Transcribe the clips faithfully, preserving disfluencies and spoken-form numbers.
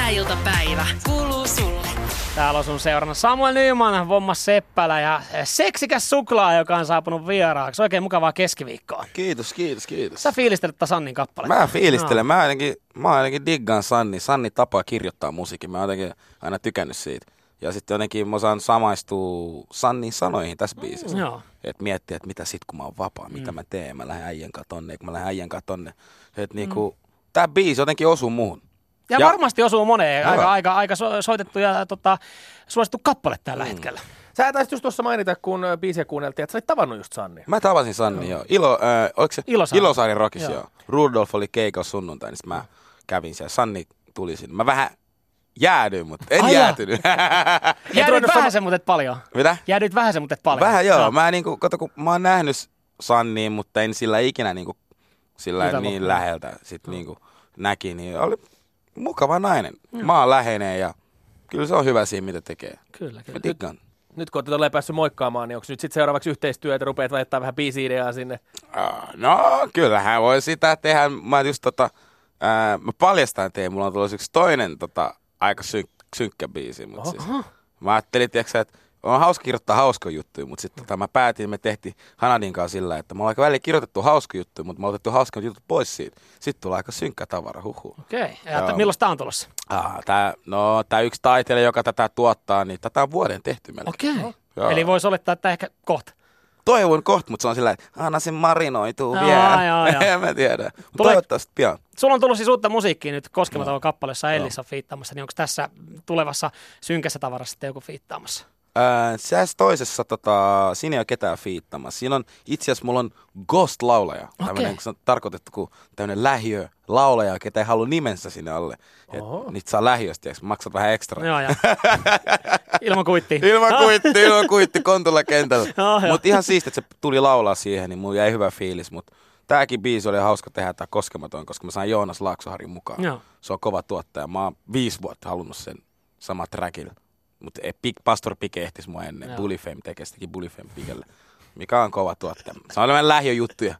iltapäivä kuuluu sulle. Täällä on sun seurana Samuel Nyman, Vomma Seppälä ja seksikäs Suklaa, joka on saapunut vieraaksi. Oikein mukavaa keskiviikkoa. Kiitos, kiitos, kiitos. Sä fiilistelet tätä Sannin kappaletta. Mä fiilistelen. No. Mä ainakin, mä ainakin diggaan Sanni. Sanni tapaa kirjoittaa musiikin. Mä oon jotenkin aina tykännyt siitä. Ja sitten jotenkin mä osaan samaistua Sannin sanoihin tässä biisissä. Mm. Joo. Että miettiä, että mitä sit kun mä oon vapaa, mm. mitä mä teen. Mä lähden äijän kanssa tonne, kun mä lähden äijän kanssa tonne. Että niinku, mm. tää biisi jotenkin osuu muuhun. Ja, ja varmasti osuu moneen. Aika, aika, aika so, soitettu ja tota, suosittu kappale tällä mm. hetkellä. Sä taisit just tuossa mainita, kun biisiä kuunneltiin, että sä olit tavannut just Sannia. Mä tavasin Sanni, joo. joo. Ilo, äh, oliko se? Ilosaari. Ilosaari Rockissa, joo. joo. Rudolf oli keikassa sunnuntai, niin mä mm. kävin siellä. Sanni tuli sinne. Mä vähän jäädyin, mutta en Ai jäätynyt. Jäädyit vähän sen, mutta et paljon. Mitä? Jäädyit vähän sen, mutta et paljon. Vähän joo. No. Mä, niinku, kato, kun mä oon nähnyt Sanniin, mutta en sillä ikinä niinku, sillä niin läheltä sit, no. niinku, näki, niin oli mukava nainen. No. Mä oon läheinen ja kyllä se on hyvä siinä, mitä tekee. Kyllä, kyllä. Mä diggaan. Nyt kun oot tolleen päässyt moikkaamaan, niin onko nyt sitten seuraavaksi yhteistyötä, rupeat laittaa vähän biisi-ideaa sinne? No, kyllähän voi sitä tehdä. Mä just tota, ää, mä paljastan teille, mulla on tullut yksi toinen tota, aika synk- synkkä biisi. Mut siis, mä ajattelin, tiiäksä, että on hauska kirjoittaa hauskoja juttuja, mutta sitten tota, mä päätin, me tehtiin Hanadin kanssa sillä, että me ollaan aika välillä kirjoitettu hauskoja juttuja, mutta me ollaan otettu hauskat jutut pois siitä. Sitten tulee aika synkkä tavara, huhu. Okei, okay. Ja milloin tää on tulossa? Ah, tää, no, tää yksi taiteilija, joka tätä tuottaa, niin tätä on vuoden tehty melkein. Okei, okay. Eli voisi olettaa, että ehkä kohta. Toivon kohta, mutta se on sillä, että anna sen marinoituu no, vielä. Joo, joo. En mä tiedä. Tule... Toivottavasti pian. Sulla on tullut siis uutta musiikkia nyt Koskematon no. kappaleessa Ellis on fiittaamassa, niin onko tässä tulevassa synkässä tavarassa sitten joku fiittaamassa? Öö, Sääs toisessa, tota, siinä ei ole ketään fiittamassa. Siinä on, itse asiassa mulla on Ghost-laulaja. Okay. Tämmöinen, se on tarkoitettu kuin tämmöinen lähiö-laulaja, ketä ei halua nimensä sinne alle. Niitä saa lähiöstä, ja maksat vähän ekstra. Joo, joo. Ilman kuitti. ilman kuitti, ilman kuitti, kontulla kentällä. Oh, mutta ihan siistiä, että se tuli laulaa siihen, niin mulla jäi hyvä fiilis. Mutta tääkin biisi oli hauska tehdä, tää Koskematon, koska mä sain Joonas Laaksoharjun mukaan. Joo. Se on kova tuottaja. Mä oon viisi vuotta halunnut sen sama trackilla. Mutta Pastor Pike ehtisi mua ennen. Bully Fame tekee sitäkin Bully Fame Pikelle. Mikä on kova tuottaja. Se on enemmän lähiöjuttuja.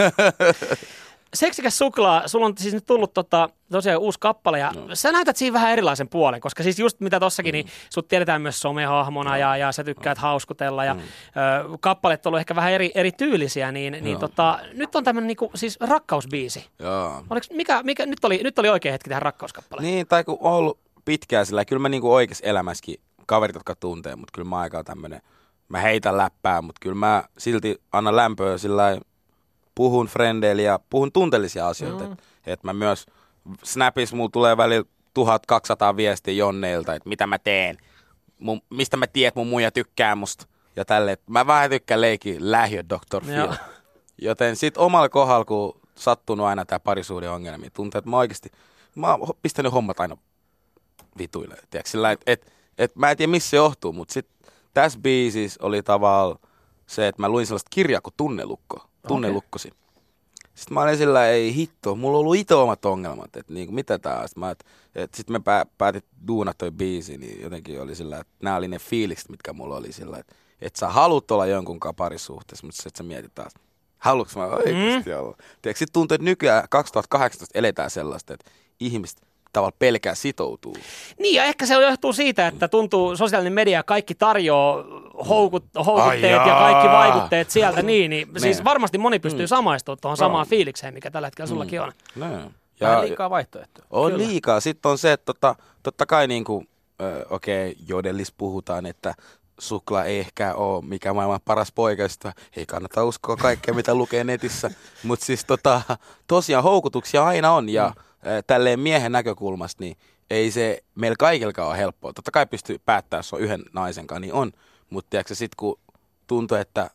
Seksikäs Suklaa, sulla on siis nyt tullut tota, tosiaan uusi kappale ja no. sä näytät siinä vähän erilaisen puolen, koska siis just mitä tossakin, mm. niin sut tiedetään myös somehahmona no. ja, ja sä tykkäät no. hauskutella ja mm. ö, kappaleet on ollut ehkä vähän eri, eri tyylisiä, niin, no. niin tota, nyt on tämmönen niinku, siis rakkausbiisi. Joo. Oliks, mikä, mikä, nyt, oli, nyt oli oikea hetki tähän rakkauskappaleen. Niin, tai kun on ollut pitkään sillä, kyllä mä niinku oikeassa elämässäkin kaverit, jotka tuntee, mutta kyllä mä aika tämmönen, mä heitän läppää, mutta kyllä mä silti annan lämpöä sillä puhun frendeille ja puhun tunteellisia asioita. Mm. Että et mä myös Snapissa mulla tulee välillä tuhatkaksisataa viestiä Jonneilta, että mitä mä teen, mun, mistä mä tiedän, että mun muija tykkää musta ja tälleen. Mä vähän tykkään leikin lähiö doktor Phil. Joten sit omalla kohdalla, kun sattunut aina tää parisuuden ongelmia, tuntuu, että mä oikeesti, mä oon pistänyt hommat aina vituille. Tiedätkö, sillä että et, et, mä en tiedä missä se johtuu, mutta sit tässä biisissä oli tavallaan se, että mä luin sellaista kirjaa kuin Tunnelukko. Tunnelukkosin. Okay. Sitten mä olin sillä, ei hitto, mulla on ollut itse omat ongelmat, että niinku, mitä tää on. Sitten et, sit me pää, päätit duuna toi biisi, niin jotenkin oli sillä, että nämä oli ne fiilikset, mitkä mulla oli sillä, että et sä haluut olla jonkunkaan parisuhteessa, mutta sit sä mietit taas, haluuks mä oikeasti mm. olla. Tiedätkö, sit tuntuu, että nykyään kaksituhattakahdeksantoista eletään sellaista, että ihmiset tavallaan pelkää sitoutuu. Niin, ja ehkä se johtuu siitä, että tuntuu sosiaalinen media, kaikki tarjoaa houkut, houkutteet ja kaikki vaikutteet sieltä, niin, niin siis varmasti moni pystyy mm. samaistumaan tuohon samaan fiilikseen, mikä tällä hetkellä sullakin on. Mm. Ja vähän liikaa vaihtoehtoja. On Kyllä. liikaa. Sitten on se, että totta, totta kai niin kuin, äh, okei, okay, jodellis puhutaan, että Suklaa ei ehkä ole mikä maailman paras poikaista. Ei kannata uskoa kaikkea, mitä lukee netissä. Mutta siis tota, tosiaan houkutuksia aina on ja mm. tälleen miehen näkökulmasta, niin ei se meillä kaikilkaan ole helppoa. Totta kai pystyy päättämään, jos on yhden naisen kanssa, niin on. Mutta tiedätkö sitten, kun tuntuu, että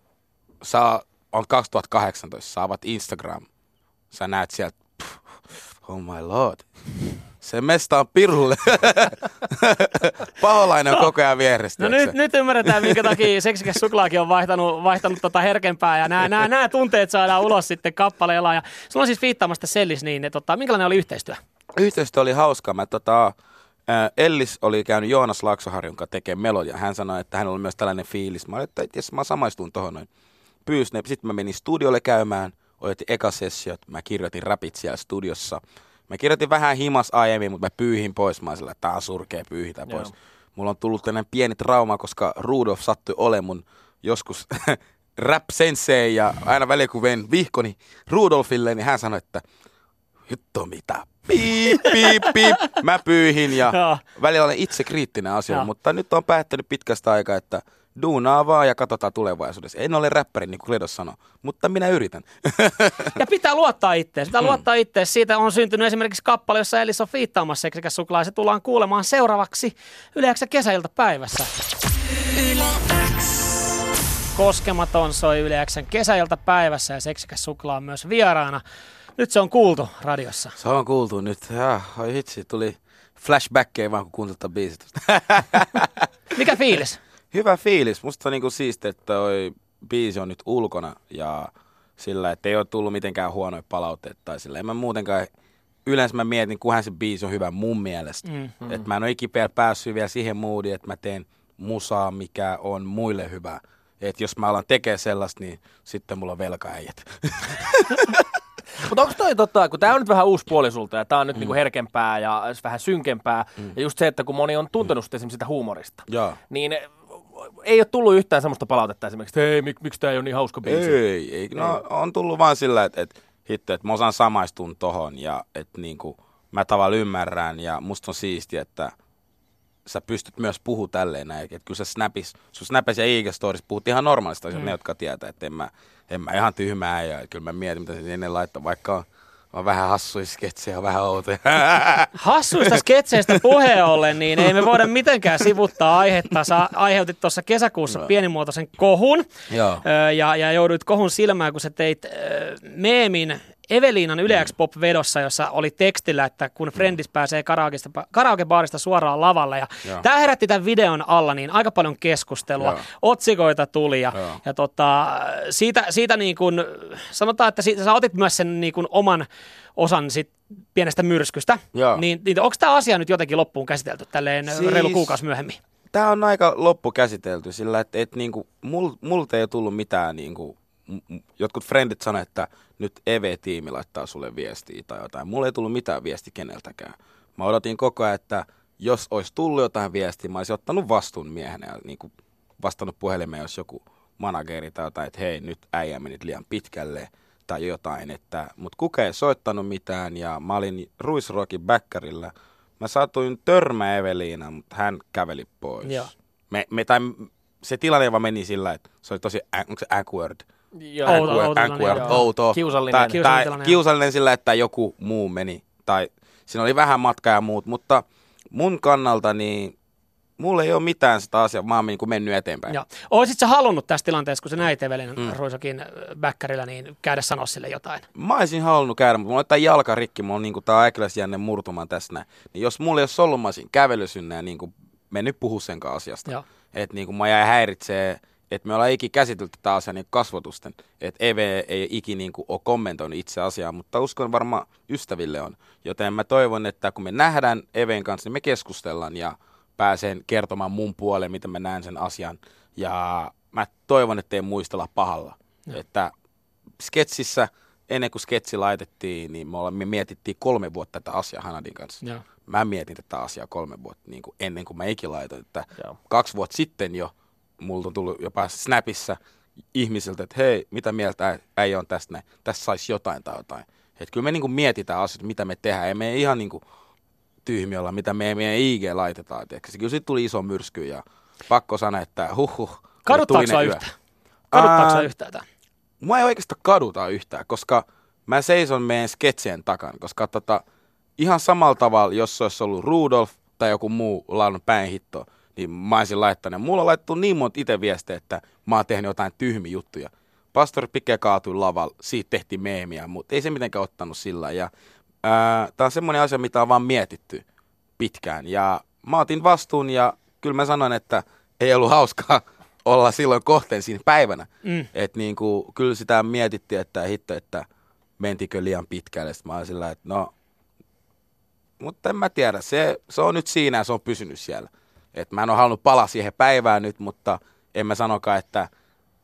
sä on kaksituhattakahdeksantoista, saavat Instagram, sä näet sieltä, oh my lord, se mesta on pirulle. Paholainen on koko ajan vieressä. No nyt, nyt ymmärretään, minkä takia Seksikäs Suklaakin on vaihtanut, vaihtanut tota herkempää ja nämä, nämä, nämä tunteet saadaan ulos sitten kappaleella. Ja sulla on siis fiittaamasta Sellis, niin tota, minkälainen oli yhteistyö? Yhteistyö oli hauskaa. Mä, tota, Ellis oli käynyt Joonas Laaksoharjun kanssa tekemään melodia. Hän sanoi, että hänellä oli myös tällainen fiilis. Mä olin, että itse mä samaistun tohon noin. Pyysin, sitten mä menin studiolle käymään, otettiin eka sessiot, mä kirjoitin rapit siellä studiossa. Mä kirjoitin vähän himas aiemmin, mutta mä pyyhin pois. Mä sillä, että tää on surkea, pyyhitään pois. Joo. Mulla on tullut tämmöinen pieni trauma, koska Rudolf sattui olemaan mun joskus rap-sensei ja aina välillä kun vein vihkoni Rudolfille, niin hän sanoi, että juttu mitä, piip, piip, piip. Mä pyyhin ja välillä olen itse kriittinen asia, mutta nyt on päättänyt pitkästä aikaa, että duunaa vaan ja katsotaan tulevaisuudessa. En ole räppäri, niin kuin Kledos sanoi, mutta minä yritän. Ja pitää luottaa itseään. Sitä luottaa itseään. Siitä on syntynyt esimerkiksi kappale, jossa Elis on fiittaamassa Seksikäs Suklaa. Se tullaan kuulemaan seuraavaksi Yle X:n kesäiltapäivässä. Yle X. Koskematon soi Yle X:n kesäiltapäivässä ja Seksikäs Suklaa on myös vieraana. Nyt se on kuultu radiossa. Se on kuultu nyt. Ja, oi hitsi, tuli flashbackkejä vaan kun kuuntelta biisit. Mikä fiilis? Hyvä fiilis. Musta on niinku siistiä, että toi biisi on nyt ulkona ja sillä, että ei ole tullut mitenkään huonoja palautteita tai sillä. En mä muutenkaan, yleensä mä mietin, kunhan se biisi on hyvä mun mielestä. Mm, mm. Että mä en ole ikipäin päässyt vielä siihen moodiin, että mä teen musaa, mikä on muille hyvä. Että jos mä alan tekemään sellaista, niin sitten mulla on velkaäijät. Mutta onko toi tota, kun tää on nyt vähän uusi puoli sulta ja tää on nyt mm. niinku herkempää ja vähän synkempää. Mm. Ja just se, että kun moni on tuntenut mm. esimerkiksi sitä huumorista, ja. niin ei ole tullut yhtään semmoista palautetta esimerkiksi, että hei, mik, miksi tää ei ole niin hauska biisi? Ei, ei. No, on tullut vaan sillä, että, että hitto, että mä osaan samaistua tohon ja että niinku, mä tavallaan ymmärrän ja musta on siistiä, että sä pystyt myös puhumaan tälleen näin. Että kyllä sä snapis, sun snapis ja I G-stories puhut ihan normaalista asioista, mm. ne jotka tietää, että en mä, en mä ihan tyhmää ja kyllä mä mietin, mitä se ennen laittaa, vaikka on, on vähän hassuja sketsejä, vähän outoja. Hassuista sketseistä puheen ollen, niin ei me voida mitenkään sivuttaa aihetta. Sä aiheutit tuossa kesäkuussa no. pienimuotoisen kohun Joo. ja, ja jouduit kohun silmään, kun sä teit äh, meemin Eveliinan Yle X Pop-vedossa, jossa oli tekstillä, että kun Friendis pääsee karaokebaarista suoraan lavalle. Ja tämä herätti tämän videon alla niin aika paljon keskustelua. Joo. Otsikoita tuli ja, ja tota, siitä, siitä niin kuin, sanotaan, että siitä, sä otit myös sen niin kuin oman osan sit pienestä myrskystä. Niin, niin onko tämä asia nyt jotenkin loppuun käsitelty tälleen siis reilu kuukausi myöhemmin? Tämä on aika loppukäsitelty sillä, että et, niinku, mul, multa ei ole tullut mitään niinku, jotkut friendit sanoivat, että nyt E V-tiimi laittaa sulle viestiä tai jotain. Mulla ei tullut mitään viesti keneltäkään. Mä odotin koko ajan, että jos olisi tullut jotain viestiä, mä olisin ottanut vastuun miehenä ja niin kuin vastannut puhelimeen, jos joku manageri tai jotain, että hei, nyt äijä menit liian pitkälle tai jotain. Että, mutta kukaan ei soittanut mitään ja mä olin Ruisrockin bäkkärillä. Mä saatuin törmää Eveliinaan, mutta hän käveli pois. Me, me, tai, se tilanne vaan meni sillä, että se oli tosi, onko se awkward? Joo, outo, outo, awkward, outo. Kiusallinen. Tai, kiusallinen, tai kiusallinen sillä, että joku muu meni. Tai siinä oli vähän matkaa ja muut, mutta mun kannalta niin mulla ei ole mitään sitä asiaa, mä oon niin kuin mennyt eteenpäin. Joo. Oisit sä halunnut tässä tilanteessa, kun sä näit Eveliinan mm. Ruisokin bäkkärillä, niin käydä sanoa sille jotain? Mä olisin halunnut käydä, mutta mulla on tää jalka rikki, mulla on niin kuin tää äkäläisjänne murtumaan tässä näin. Niin jos mulla ei ole ollut, mä olisin kävelysynnä ja niin kuin mennyt puhu sen asiasta. Että niin kuin mä jäin häiritsee, että me ollaan ikinä käsitelty tätä asiaa niin kasvotusten. Että E V ei ikinä niin kuin ole kommentoinut itse asiaa, mutta uskon varmaan ystäville on. Joten mä toivon, että kun me nähdään E V:n kanssa, niin me keskustellaan ja pääsen kertomaan mun puoleen, miten mä näen sen asian. Ja mä toivon, että ei muistella pahalla. Ja. Että sketsissä, ennen kuin sketsi laitettiin, niin me, me mietittiin kolme vuotta tätä asiaa Hanadin kanssa. Ja. Mä mietin tätä asiaa kolme vuotta niin kuin ennen kuin mä ikinä laitoin. Että kaksi vuotta sitten jo multa on tullut jopa Snapissa ihmisiltä, että hei, mitä mieltä ei on tästä näin, tässä saisi jotain tai jotain. Että kyllä me niin kuin mietitään asioita, mitä me tehdään. Ei me ihan niin kuin tyhmiä olla, mitä me meidän I G laitetaan. Tiedätkö? Kyllä siitä tuli iso myrsky ja pakko sanoa, että huhhuh. Kaduttaako sä yhtään? Kaduttaako sä yhtään tämän? Mua ei oikeastaan kaduta yhtään, koska mä seison meidän sketsien takana. Koska tota, ihan samalla tavalla, jos se olisi ollut Rudolf tai joku muu laulun päinhitto, niin mä olisin laittanut. Mulla on laittu niin monta itse viestejä, että mä oon tehnyt jotain tyhmiä juttuja. Pastori Pike kaatui lavalla, siitä tehtiin meemiä, mutta ei se mitenkään ottanut sillä. Ja tämä on semmoinen asia, mitä on vaan mietitty pitkään. Ja mä otin vastuun ja kyllä mä sanoin, että ei ollut hauskaa olla silloin kohteen siinä päivänä. Mm. Että niinku, kyllä sitä mietittiin, että hitto, että mentikö liian pitkälle. Sitten mä olin sillä, että no, mutta en mä tiedä. Se, se on nyt siinä ja se on pysynyt siellä. Et mä en ole halunnut palaa siihen päivään nyt, mutta en mä sanokaan, että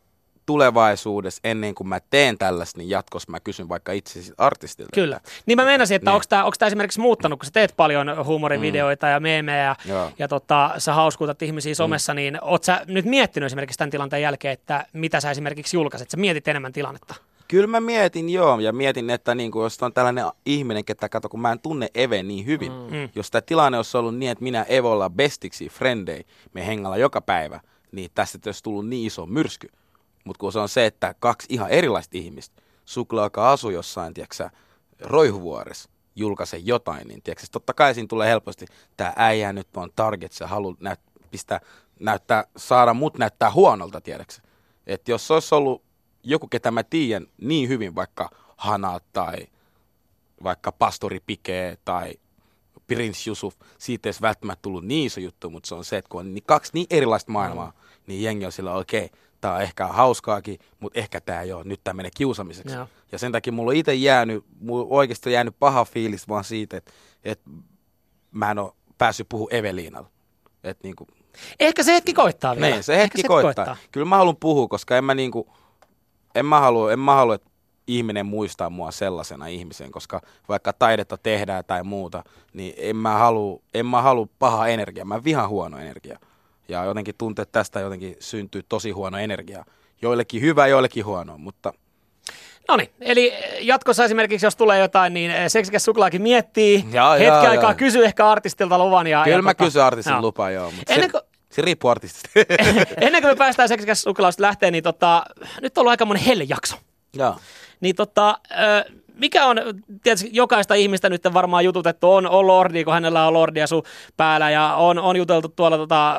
tulevaisuudessa, ennen kuin mä teen tällaista, niin jatkossa mä kysyn vaikka itse artistilta. Kyllä. Niin mä meinasin, että niin. onko tämä onko tää esimerkiksi muuttanut, kun sä teet paljon huumorivideoita mm. ja meemejä ja, ja tota, sä hauskuutat ihmisiä somessa, mm. niin oot sä nyt miettinyt esimerkiksi tämän tilanteen jälkeen, että mitä sä esimerkiksi julkaiset? Sä mietit enemmän tilannetta? Kyllä mä mietin, joo, ja mietin, että niin kuin, jos on tällainen ihminen, ketä kato, kun mä en tunne Eve niin hyvin, mm. jos tämä tilanne olisi ollut niin, että minä Eve ollaan bestiksi, frendei, me hengalla joka päivä, niin tästä olisi tullut niin iso myrsky. Mutta kun se on se, että kaksi ihan erilaista ihmistä, Sukla, joka asuu jossain, tiedätkö, Roihuvuoressa, julkaise jotain, niin tiedätkö, totta kai siinä tulee helposti, tämä äijä nyt on target, se haluaa näyt, pistää, näyttää, saada mut näyttää huonolta, tiedätkö. Että jos olisi ollut joku, ketä mä tiedän niin hyvin, vaikka Hana tai vaikka Pastori Pike tai Prince Yusuf, siitä ei olisi välttämättä tullut niin iso juttu, mutta se on se, että kun on niin kaksi niin erilaista maailmaa, mm. niin jengi on sillä okei, okay, tämä on ehkä hauskaakin, mutta ehkä tämä ei ole, nyt tämä menee kiusamiseksi. Joo. Ja sen takia mulla on itse jäänyt, mulla oikeasti on jäänyt paha fiilis vaan siitä, että, että mä en ole päässyt puhumaan Eveliinalle. Että niin kuin, ehkä se hetki koittaa vielä. Niin, se hetki se koittaa. koittaa. Kyllä mä haluan puhua, koska en mä niinku, en mä halua, en mä halua, että ihminen muistaa mua sellaisena ihmisen, koska vaikka taidetta tehdään tai muuta, niin en mä halua, en mä halua paha energia, mä vihaan huono energia. Ja jotenkin tuntuu, että tästä jotenkin syntyy tosi huono energia. Joillekin hyvä, joillekin huono, mutta... No niin, eli jatkossa esimerkiksi, jos tulee jotain, niin Seksikäs Suklaakin miettii, ja, hetken ja, aikaa ja. kysyy ehkä artistilta luvan. Ja, Kyllä ja mä tota, kysyn artistin lupaa, joo, mutta se, kuin, se riippuu artistista. Ennen kuin me päästään Seksikäs Suklaasta lähtee, niin tota, nyt on ollut aika monen hellejakso. Joo. Niin tota... Mikä on, tietysti jokaista ihmistä nyt varmaan jututettu, on, on Lordi, kun hänellä on Lordiasu päällä, ja on, on juteltu tuolla tota,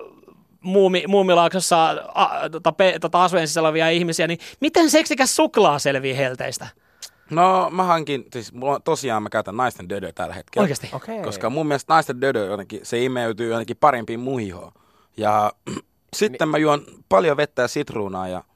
muumi, Muumilaaksossa a, tota, pe, tota, asujen sisällä olevia ihmisiä, niin miten Seksikäs Suklaa selvii helteistä? No mä hankin, siis mulla, tosiaan mä käytän naisten dödöä tällä hetkellä. Oikeasti? Okay. Koska mun mielestä naisten dödö jotenkin, se imeytyy jotenkin parempiin muihoon. Ja sitten mä juon paljon vettä ja sitruunaa ja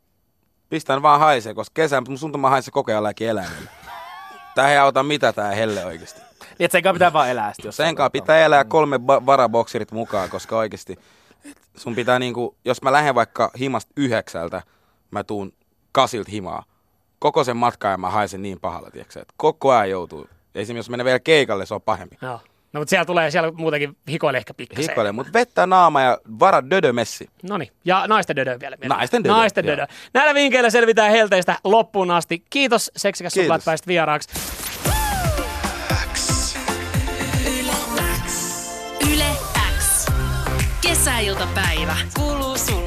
pistän vaan haisee, koska kesän mun suntuma haisee koko ajan lääkin eläimelle. Tää ei auta mitä tää helle oikeesti. Niin et senkaan pitää vaan elää sitten. Senkaan pitää elää kolme ba- varabokserit mukaan, koska oikeesti sun pitää niinku, jos mä lähden vaikka himasta yhdeksältä, mä tuun kasilta himaa. Koko sen matkaa ja mä haisen niin pahalla, tiiäksä, että koko ajan joutuu. Esimerkiksi jos menee vielä keikalle, se on pahempi. Joo. No mutta siellä tulee, siellä muutenkin hikoilee ehkä pikkasen. Hikoilee, mutta vettä naama ja vara dödömessi. Noniin, ja naisten dödö vielä. Naisten dödö. Naisten dödö. Näillä vinkkeillä selvitään helteistä loppuun asti. Kiitos Seksikäs Suklaat pääsit vieraaksi. Yle X. Kesäiltapäivä. Kuuluu sulle.